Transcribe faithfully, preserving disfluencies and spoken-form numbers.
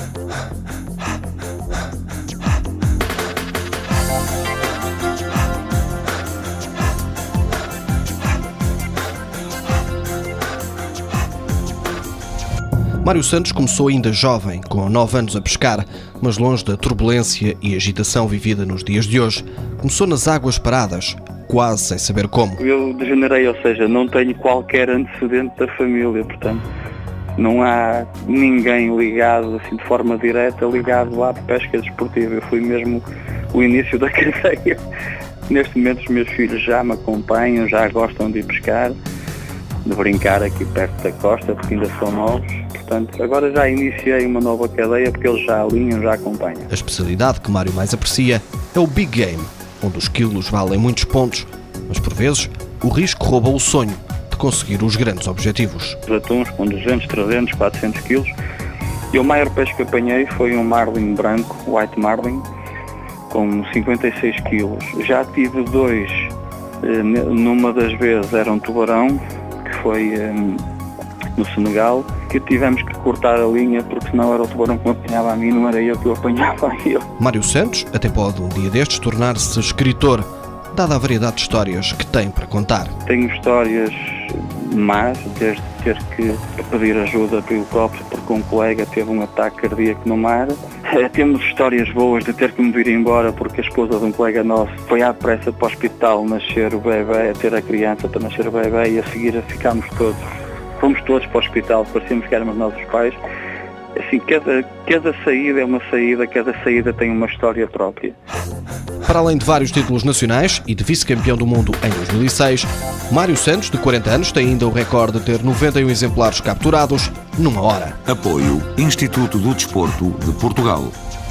Mário Santos começou ainda jovem, com nove anos a pescar, mas longe da turbulência e agitação vivida nos dias de hoje. Começou nas águas paradas, quase sem saber como. Eu degenerei, ou seja, não tenho qualquer antecedente da família, portanto, não há ninguém ligado, assim, de forma direta, ligado à pesca desportiva. Eu fui mesmo o início da cadeia. Neste momento os meus filhos já me acompanham, já gostam de ir pescar, de brincar aqui perto da costa, porque ainda são novos. Portanto, agora já iniciei uma nova cadeia porque eles já alinham, já acompanham. A especialidade que Mário mais aprecia é o Big Game, onde os quilos valem muitos pontos, mas por vezes o risco rouba o sonho de conseguir os grandes objetivos. Os atuns com duzentos, trezentos, quatrocentos quilos, e o maior peixe que apanhei foi um marlin branco, white marlin, com cinquenta e seis quilos. Já tive dois, numa das vezes era um tubarão, que foi no Senegal, que tivemos que cortar a linha porque senão era o tubarão que me apanhava a mim, não era eu que o apanhava a ele. Mário Santos até pode um dia destes tornar-se escritor, dada a variedade de histórias que tem para contar. Tenho histórias más, desde ter que pedir ajuda para o helicóptero porque um colega teve um ataque cardíaco no mar. Temos histórias boas de ter que me vir embora porque a esposa de um colega nosso foi à pressa para o hospital nascer o bebê, a ter a criança para nascer o bebê, e a seguir ficámos todos. Fomos todos para o hospital, parecíamos que éramos nossos pais. Assim, cada, cada saída é uma saída, cada saída tem uma história própria. Para além de vários títulos nacionais e de vice-campeão do mundo em dois mil e seis, Mário Santos, de quarenta anos, tem ainda o recorde de ter noventa e um exemplares capturados numa hora. Apoio Instituto do Desporto de Portugal.